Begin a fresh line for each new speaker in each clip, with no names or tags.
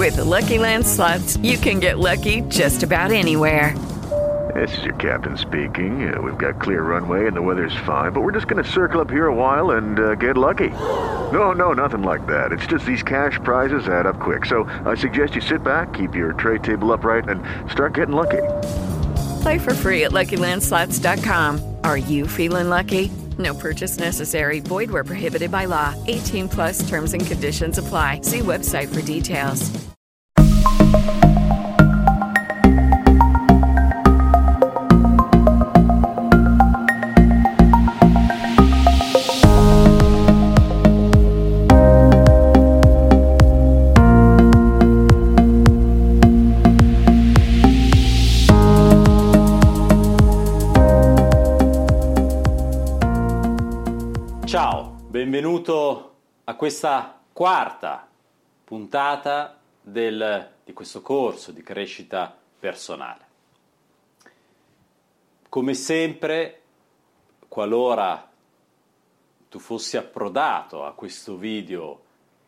With the Lucky Land Slots, you can get lucky just about anywhere.
This is your captain speaking. We've got clear runway and the weather's fine, but we're just going to circle up here a while and get lucky. No, nothing like that. It's just these cash prizes add up quick. So I suggest you sit back, keep your tray table upright, and start getting lucky.
Play for free at LuckyLandSlots.com. Are you feeling lucky? No purchase necessary. Void where prohibited by law. 18 plus terms and conditions apply. See website for details.
Ciao, benvenuto a questa quarta puntata di questo corso di crescita personale. Come sempre, qualora tu fossi approdato a questo video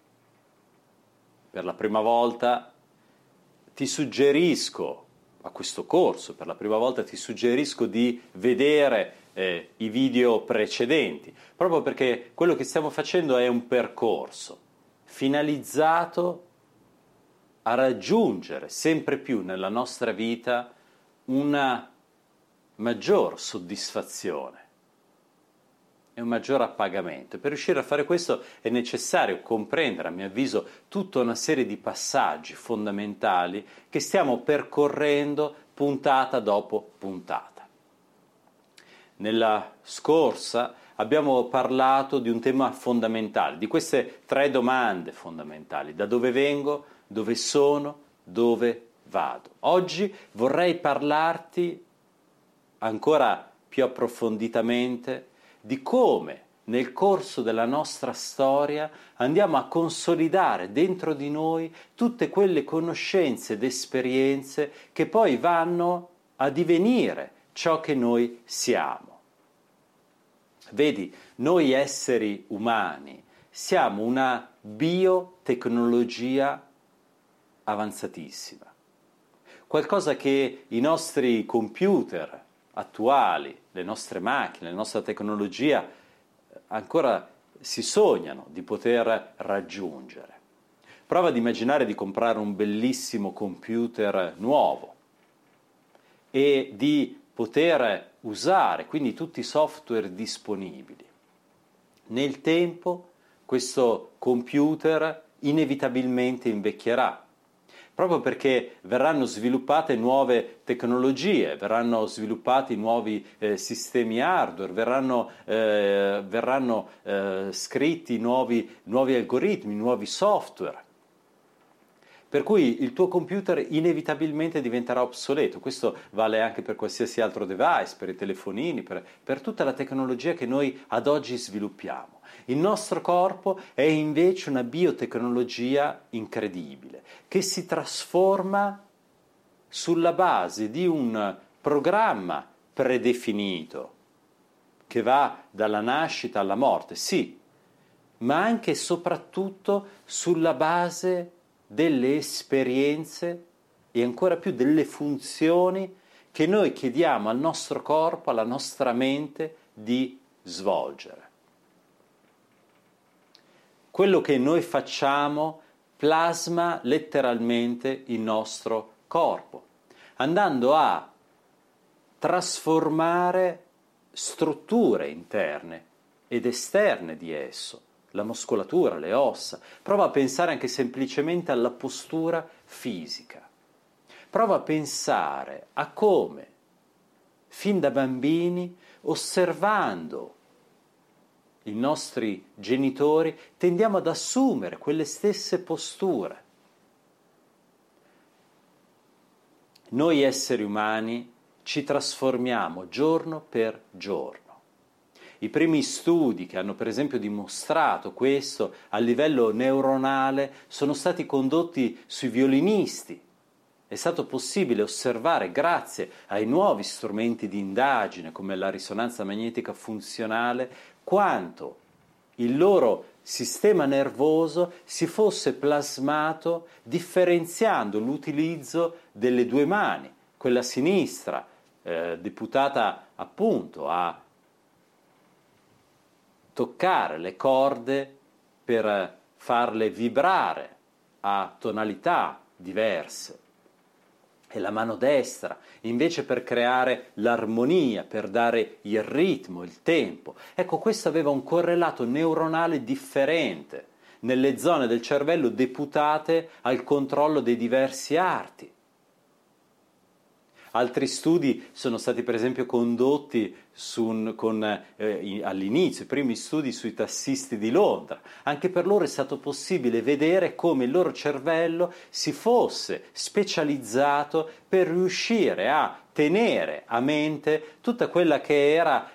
per la prima volta, ti suggerisco, a questo corso per la prima volta, ti suggerisco di vedere i video precedenti, proprio perché quello che stiamo facendo è un percorso finalizzato a raggiungere sempre più nella nostra vita una maggior soddisfazione e un maggior appagamento. E per riuscire a fare questo è necessario comprendere, a mio avviso, tutta una serie di passaggi fondamentali che stiamo percorrendo puntata dopo puntata. Nella scorsa abbiamo parlato di un tema fondamentale, di queste tre domande fondamentali: da dove vengo, dove sono, dove vado. Oggi vorrei parlarti ancora più approfonditamente di come nel corso della nostra storia andiamo a consolidare dentro di noi tutte quelle conoscenze ed esperienze che poi vanno a divenire ciò che noi siamo. Vedi, noi esseri umani siamo una biotecnologia avanzatissima, qualcosa che i nostri computer attuali, le nostre macchine, la nostra tecnologia ancora si sognano di poter raggiungere. Prova ad immaginare di comprare un bellissimo computer nuovo e di poter usare quindi tutti i software disponibili. Nel tempo questo computer inevitabilmente invecchierà, proprio perché verranno sviluppate nuove tecnologie, verranno sviluppati nuovi sistemi hardware, verranno scritti nuovi algoritmi, nuovi software. Per cui il tuo computer inevitabilmente diventerà obsoleto. Questo vale anche per qualsiasi altro device, per i telefonini, per tutta la tecnologia che noi ad oggi sviluppiamo. Il nostro corpo è invece una biotecnologia incredibile, che si trasforma sulla base di un programma predefinito, che va dalla nascita alla morte, sì, ma anche e soprattutto sulla base delle esperienze e ancora più delle funzioni che noi chiediamo al nostro corpo, alla nostra mente di svolgere. Quello che noi facciamo plasma letteralmente il nostro corpo, andando a trasformare strutture interne ed esterne di esso, la muscolatura, le ossa. Prova a pensare anche semplicemente alla postura fisica. Prova a pensare a come, fin da bambini, osservando i nostri genitori, tendiamo ad assumere quelle stesse posture. Noi esseri umani ci trasformiamo giorno per giorno. I primi studi che hanno per esempio dimostrato questo a livello neuronale sono stati condotti sui violinisti. È stato possibile osservare, grazie ai nuovi strumenti di indagine come la risonanza magnetica funzionale, quanto il loro sistema nervoso si fosse plasmato differenziando l'utilizzo delle due mani, quella sinistra, deputata appunto a toccare le corde per farle vibrare a tonalità diverse, e la mano destra invece per creare l'armonia, per dare il ritmo, il tempo. Ecco, questo aveva un correlato neuronale differente nelle zone del cervello deputate al controllo dei diversi arti. Altri studi sono stati per esempio condotti all'inizio, i primi studi sui tassisti di Londra. Anche per loro è stato possibile vedere come il loro cervello si fosse specializzato per riuscire a tenere a mente tutta quella che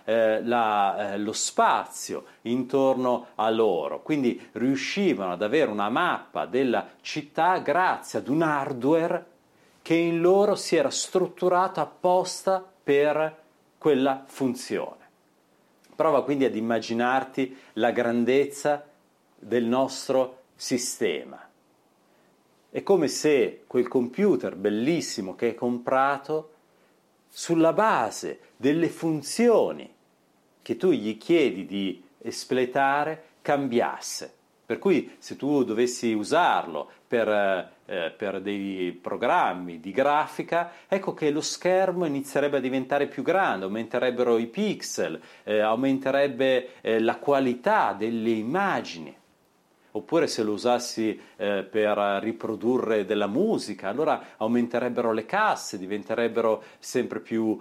era lo spazio intorno a loro. Quindi riuscivano ad avere una mappa della città grazie ad un hardware che in loro si era strutturato apposta per quella funzione. Prova quindi ad immaginarti la grandezza del nostro sistema. È come se quel computer bellissimo che hai comprato, sulla base delle funzioni che tu gli chiedi di espletare, cambiasse. Per cui se tu dovessi usarlo per dei programmi di grafica, ecco che lo schermo inizierebbe a diventare più grande, aumenterebbero i pixel, aumenterebbe la qualità delle immagini. Oppure se lo usassi per riprodurre della musica, allora aumenterebbero le casse, diventerebbero sempre più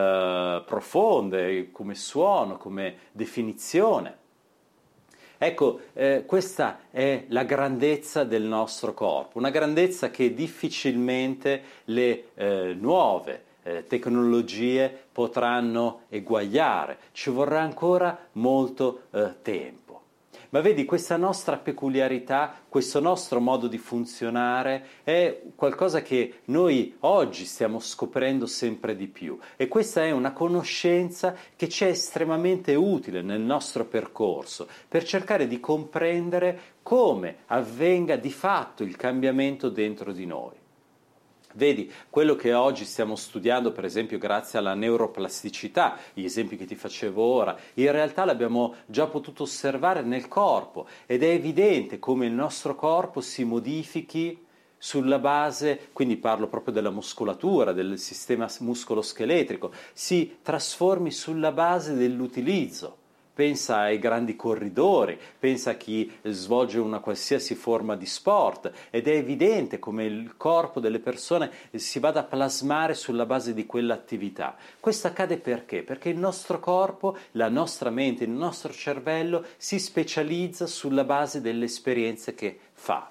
profonde come suono, come definizione. Ecco, questa è la grandezza del nostro corpo, una grandezza che difficilmente le nuove tecnologie potranno eguagliare. Ci vorrà ancora molto tempo. Ma vedi, questa nostra peculiarità, questo nostro modo di funzionare è qualcosa che noi oggi stiamo scoprendo sempre di più, e questa è una conoscenza che ci è estremamente utile nel nostro percorso per cercare di comprendere come avvenga di fatto il cambiamento dentro di noi. Vedi, quello che oggi stiamo studiando, per esempio grazie alla neuroplasticità, gli esempi che ti facevo ora, in realtà l'abbiamo già potuto osservare nel corpo, ed è evidente come il nostro corpo si modifichi sulla base, quindi parlo proprio della muscolatura, del sistema muscoloscheletrico, si trasformi sulla base dell'utilizzo. Pensa ai grandi corridori, pensa a chi svolge una qualsiasi forma di sport, ed è evidente come il corpo delle persone si vada a plasmare sulla base di quell'attività. Questo accade perché? Perché il nostro corpo, la nostra mente, il nostro cervello si specializza sulla base delle esperienze che fa.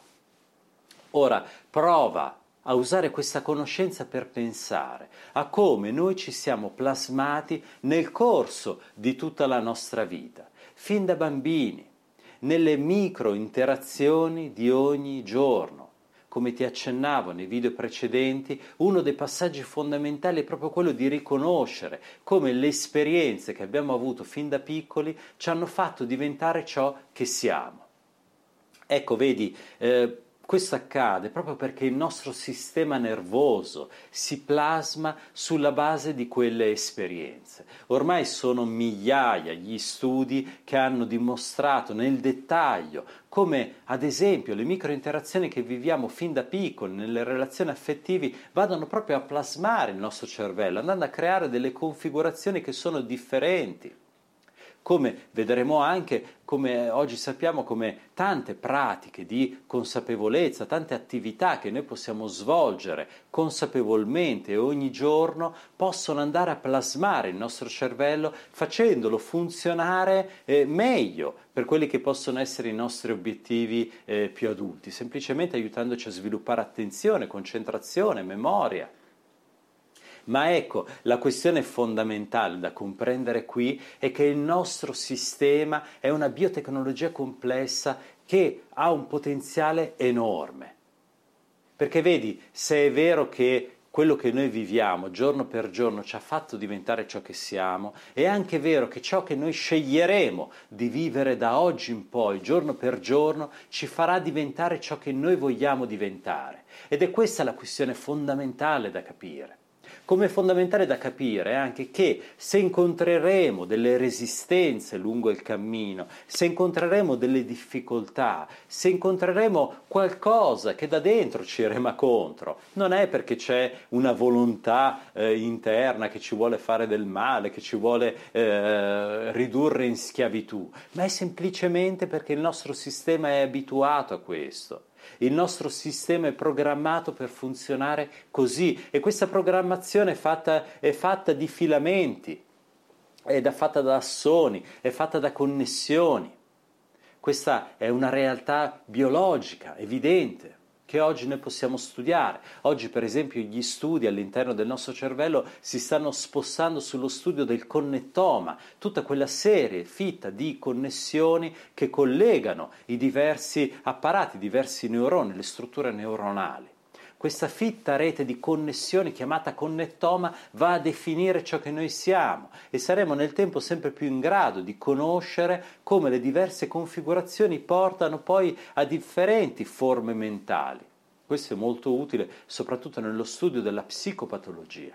Ora prova a usare questa conoscenza per pensare a come noi ci siamo plasmati nel corso di tutta la nostra vita, fin da bambini, nelle micro interazioni di ogni giorno. Come ti accennavo nei video precedenti, uno dei passaggi fondamentali è proprio quello di riconoscere come le esperienze che abbiamo avuto fin da piccoli ci hanno fatto diventare ciò che siamo. Ecco, vedi, questo accade proprio perché il nostro sistema nervoso si plasma sulla base di quelle esperienze. Ormai sono migliaia gli studi che hanno dimostrato nel dettaglio come, ad esempio, le microinterazioni che viviamo fin da piccoli nelle relazioni affettive vadano proprio a plasmare il nostro cervello, andando a creare delle configurazioni che sono differenti. Come vedremo anche, come oggi sappiamo, come tante pratiche di consapevolezza, tante attività che noi possiamo svolgere consapevolmente ogni giorno possono andare a plasmare il nostro cervello, facendolo funzionare meglio per quelli che possono essere i nostri obiettivi più adulti, semplicemente aiutandoci a sviluppare attenzione, concentrazione, memoria. Ma ecco, la questione fondamentale da comprendere qui è che il nostro sistema è una biotecnologia complessa che ha un potenziale enorme. Perché vedi, se è vero che quello che noi viviamo giorno per giorno ci ha fatto diventare ciò che siamo, è anche vero che ciò che noi sceglieremo di vivere da oggi in poi, giorno per giorno, ci farà diventare ciò che noi vogliamo diventare. Ed è questa la questione fondamentale da capire. Come fondamentale da capire è anche che se incontreremo delle resistenze lungo il cammino, se incontreremo delle difficoltà, se incontreremo qualcosa che da dentro ci rema contro, non è perché c'è una volontà interna che ci vuole fare del male, che ci vuole ridurre in schiavitù, ma è semplicemente perché il nostro sistema è abituato a questo. Il nostro sistema è programmato per funzionare così e questa programmazione è fatta di filamenti, è fatta da assoni, è fatta da connessioni. Questa è una realtà biologica, evidente, che oggi noi possiamo studiare. Oggi, per esempio, gli studi all'interno del nostro cervello si stanno spostando sullo studio del connettoma, tutta quella serie fitta di connessioni che collegano i diversi apparati, i diversi neuroni, le strutture neuronali. Questa fitta rete di connessioni chiamata connettoma va a definire ciò che noi siamo e saremo nel tempo sempre più in grado di conoscere come le diverse configurazioni portano poi a differenti forme mentali. Questo è molto utile soprattutto nello studio della psicopatologia.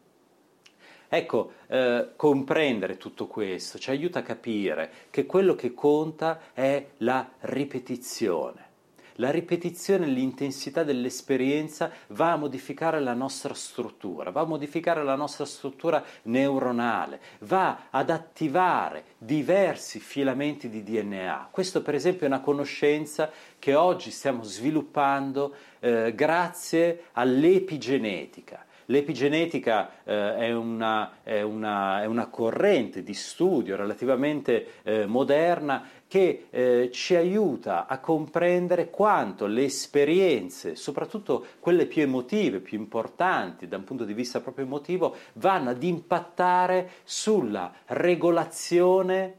Ecco, comprendere tutto questo ci aiuta a capire che quello che conta è la ripetizione. La ripetizione e l'intensità dell'esperienza va a modificare la nostra struttura, va a modificare la nostra struttura neuronale, va ad attivare diversi filamenti di DNA. Questo per esempio è una conoscenza che oggi stiamo sviluppando grazie all'epigenetica. L'epigenetica è una corrente di studio relativamente moderna che ci aiuta a comprendere quanto le esperienze, soprattutto quelle più emotive, più importanti da un punto di vista proprio emotivo, vanno ad impattare sulla regolazione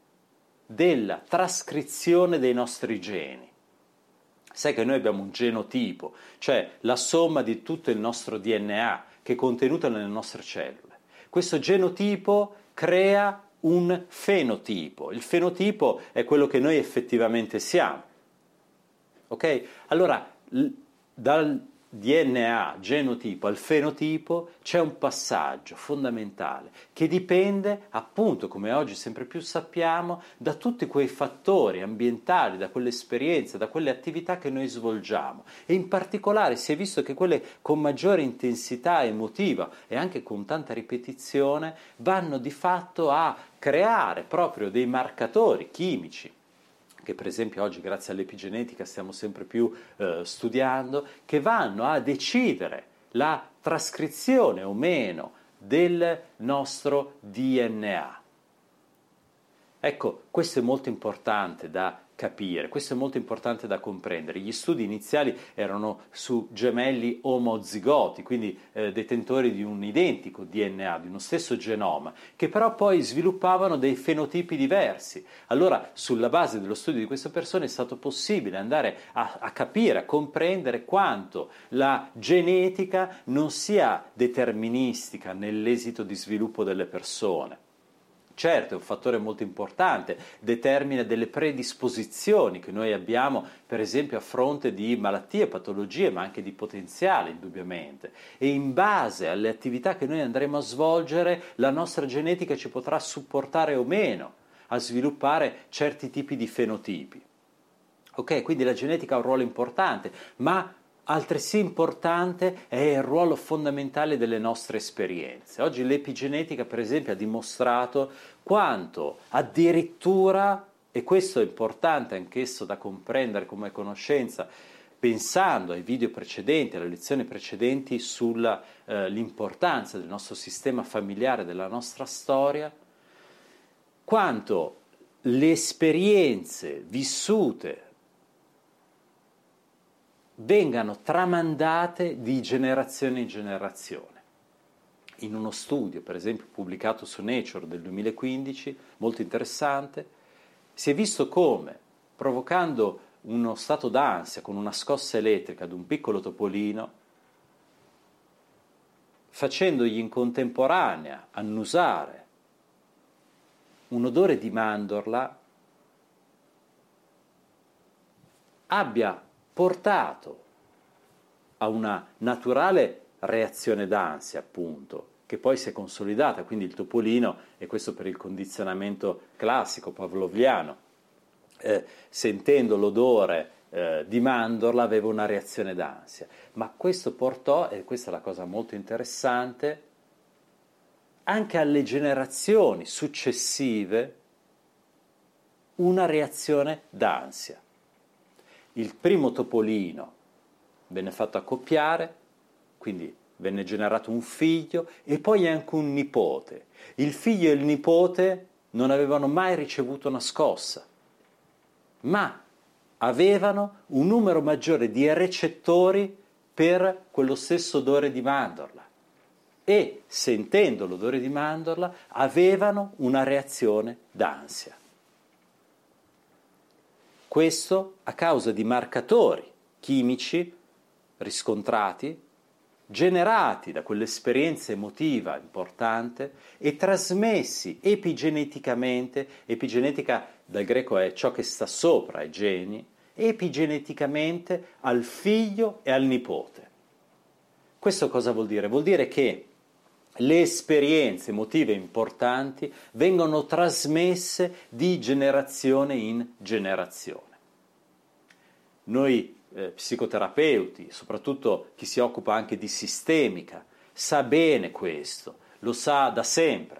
della trascrizione dei nostri geni. Sai che noi abbiamo un genotipo, cioè la somma di tutto il nostro DNA che è contenuto nelle nostre cellule. Questo genotipo crea un fenotipo. Il fenotipo è quello che noi effettivamente siamo. Ok? Allora, dal DNA, genotipo, al fenotipo c'è un passaggio fondamentale che dipende, appunto, come oggi sempre più sappiamo, da tutti quei fattori ambientali, da quelle esperienze, da quelle attività che noi svolgiamo. E in particolare si è visto che quelle con maggiore intensità emotiva e anche con tanta ripetizione vanno di fatto a creare proprio dei marcatori chimici che per esempio oggi grazie all'epigenetica stiamo sempre più studiando, che vanno a decidere la trascrizione o meno del nostro DNA. Ecco, questo è molto importante da capire, questo è molto importante da comprendere. Gli studi iniziali erano su gemelli omozigoti, quindi detentori di un identico DNA, di uno stesso genoma, che però poi sviluppavano dei fenotipi diversi. Allora, sulla base dello studio di queste persone è stato possibile andare a capire, a comprendere quanto la genetica non sia deterministica nell'esito di sviluppo delle persone. Certo, è un fattore molto importante, determina delle predisposizioni che noi abbiamo, per esempio, a fronte di malattie, patologie, ma anche di potenziale, indubbiamente. E in base alle attività che noi andremo a svolgere, la nostra genetica ci potrà supportare o meno a sviluppare certi tipi di fenotipi. Ok, quindi la genetica ha un ruolo importante, ma altresì importante è il ruolo fondamentale delle nostre esperienze. Oggi l'epigenetica, per esempio, ha dimostrato quanto addirittura, e questo è importante anch'esso da comprendere come conoscenza, pensando ai video precedenti, alle lezioni precedenti sull'importanza del nostro sistema familiare, della nostra storia, quanto le esperienze vissute vengano tramandate di generazione in generazione. In uno studio, per esempio, pubblicato su Nature del 2015, molto interessante, si è visto come, provocando uno stato d'ansia con una scossa elettrica ad un piccolo topolino, facendogli in contemporanea annusare un odore di mandorla, abbia portato a una naturale reazione d'ansia, appunto, che poi si è consolidata. Quindi il topolino, e questo per il condizionamento classico pavloviano, sentendo l'odore di mandorla aveva una reazione d'ansia. Ma questo portò, e questa è la cosa molto interessante, anche alle generazioni successive una reazione d'ansia. Il primo topolino venne fatto accoppiare, quindi venne generato un figlio e poi anche un nipote. Il figlio e il nipote non avevano mai ricevuto una scossa, ma avevano un numero maggiore di recettori per quello stesso odore di mandorla e, sentendo l'odore di mandorla, avevano una reazione d'ansia. Questo a causa di marcatori chimici riscontrati, generati da quell'esperienza emotiva importante e trasmessi epigeneticamente. Epigenetica dal greco è ciò che sta sopra ai geni, epigeneticamente al figlio e al nipote. Questo cosa vuol dire? Vuol dire che le esperienze emotive importanti vengono trasmesse di generazione in generazione. Noi psicoterapeuti, soprattutto chi si occupa anche di sistemica, sa bene questo, lo sa da sempre.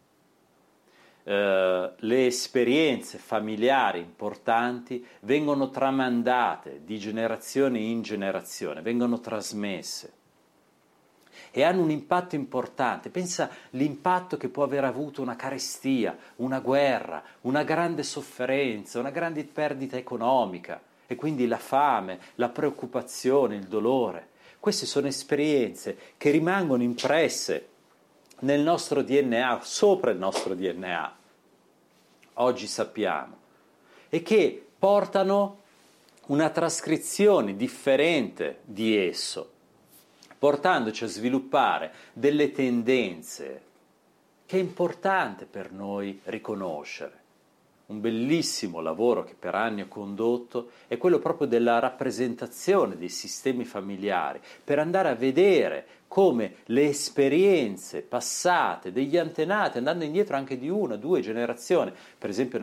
Le esperienze familiari importanti vengono tramandate di generazione in generazione, vengono trasmesse e hanno un impatto importante. Pensa all'impatto che può aver avuto una carestia, una guerra, una grande sofferenza, una grande perdita economica, e quindi la fame, la preoccupazione, il dolore. Queste sono esperienze che rimangono impresse nel nostro DNA, sopra il nostro DNA, oggi sappiamo, e che portano una trascrizione differente di esso, portandoci a sviluppare delle tendenze che è importante per noi riconoscere. Un bellissimo lavoro che per anni ho condotto è quello proprio della rappresentazione dei sistemi familiari, per andare a vedere come le esperienze passate degli antenati, andando indietro anche di una, due generazioni, per esempio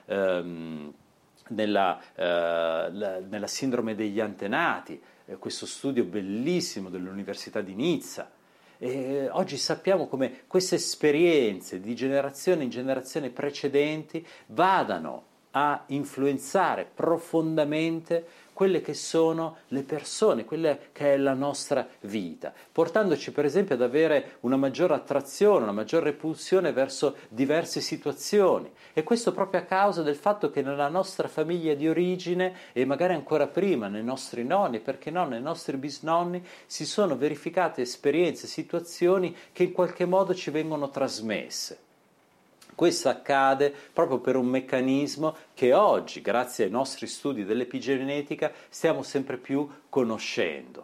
nella sindrome degli antenati, questo studio bellissimo dell'Università di Nizza. E oggi sappiamo come queste esperienze di generazione in generazione precedenti vadano a influenzare profondamente quelle che sono le persone, quella che è la nostra vita, portandoci per esempio ad avere una maggiore attrazione, una maggiore repulsione verso diverse situazioni, e questo proprio a causa del fatto che nella nostra famiglia di origine, e magari ancora prima nei nostri nonni, perché no, nei nostri bisnonni, si sono verificate esperienze, situazioni che in qualche modo ci vengono trasmesse. Questo accade proprio per un meccanismo che oggi, grazie ai nostri studi dell'epigenetica, stiamo sempre più conoscendo.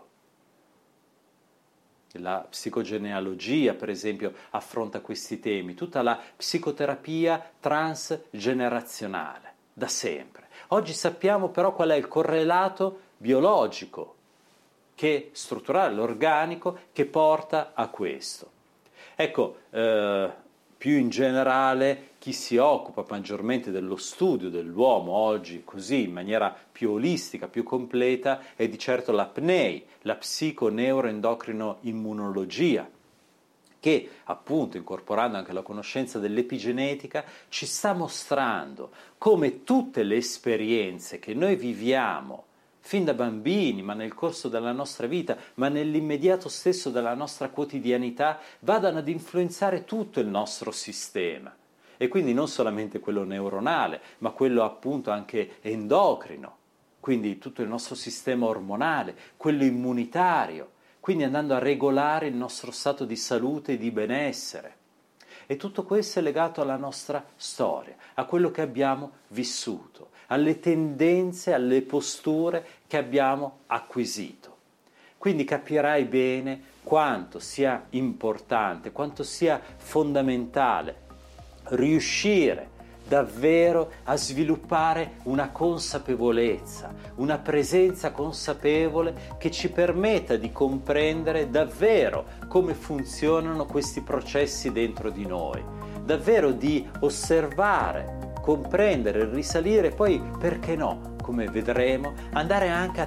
La psicogenealogia, per esempio, affronta questi temi, tutta la psicoterapia transgenerazionale, da sempre. Oggi sappiamo però qual è il correlato biologico, strutturale, organico, che porta a questo. Ecco, più in generale, chi si occupa maggiormente dello studio dell'uomo oggi, così in maniera più olistica, più completa, è di certo la PNEI, la psico-neuroendocrino-immunologia, che appunto, incorporando anche la conoscenza dell'epigenetica, ci sta mostrando come tutte le esperienze che noi viviamo fin da bambini, ma nel corso della nostra vita, ma nell'immediato stesso della nostra quotidianità, vadano ad influenzare tutto il nostro sistema. E quindi non solamente quello neuronale, ma quello appunto anche endocrino, quindi tutto il nostro sistema ormonale, quello immunitario, quindi andando a regolare il nostro stato di salute e di benessere. E tutto questo è legato alla nostra storia, a quello che abbiamo vissuto, alle tendenze, alle posture che abbiamo acquisito. Quindi capirai bene quanto sia importante, quanto sia fondamentale riuscire davvero a sviluppare una consapevolezza, una presenza consapevole che ci permetta di comprendere davvero come funzionano questi processi dentro di noi, davvero di osservare, comprendere, risalire, poi perché no, come vedremo, andare anche a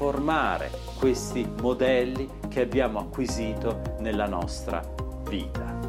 trasformare questi modelli che abbiamo acquisito nella nostra vita.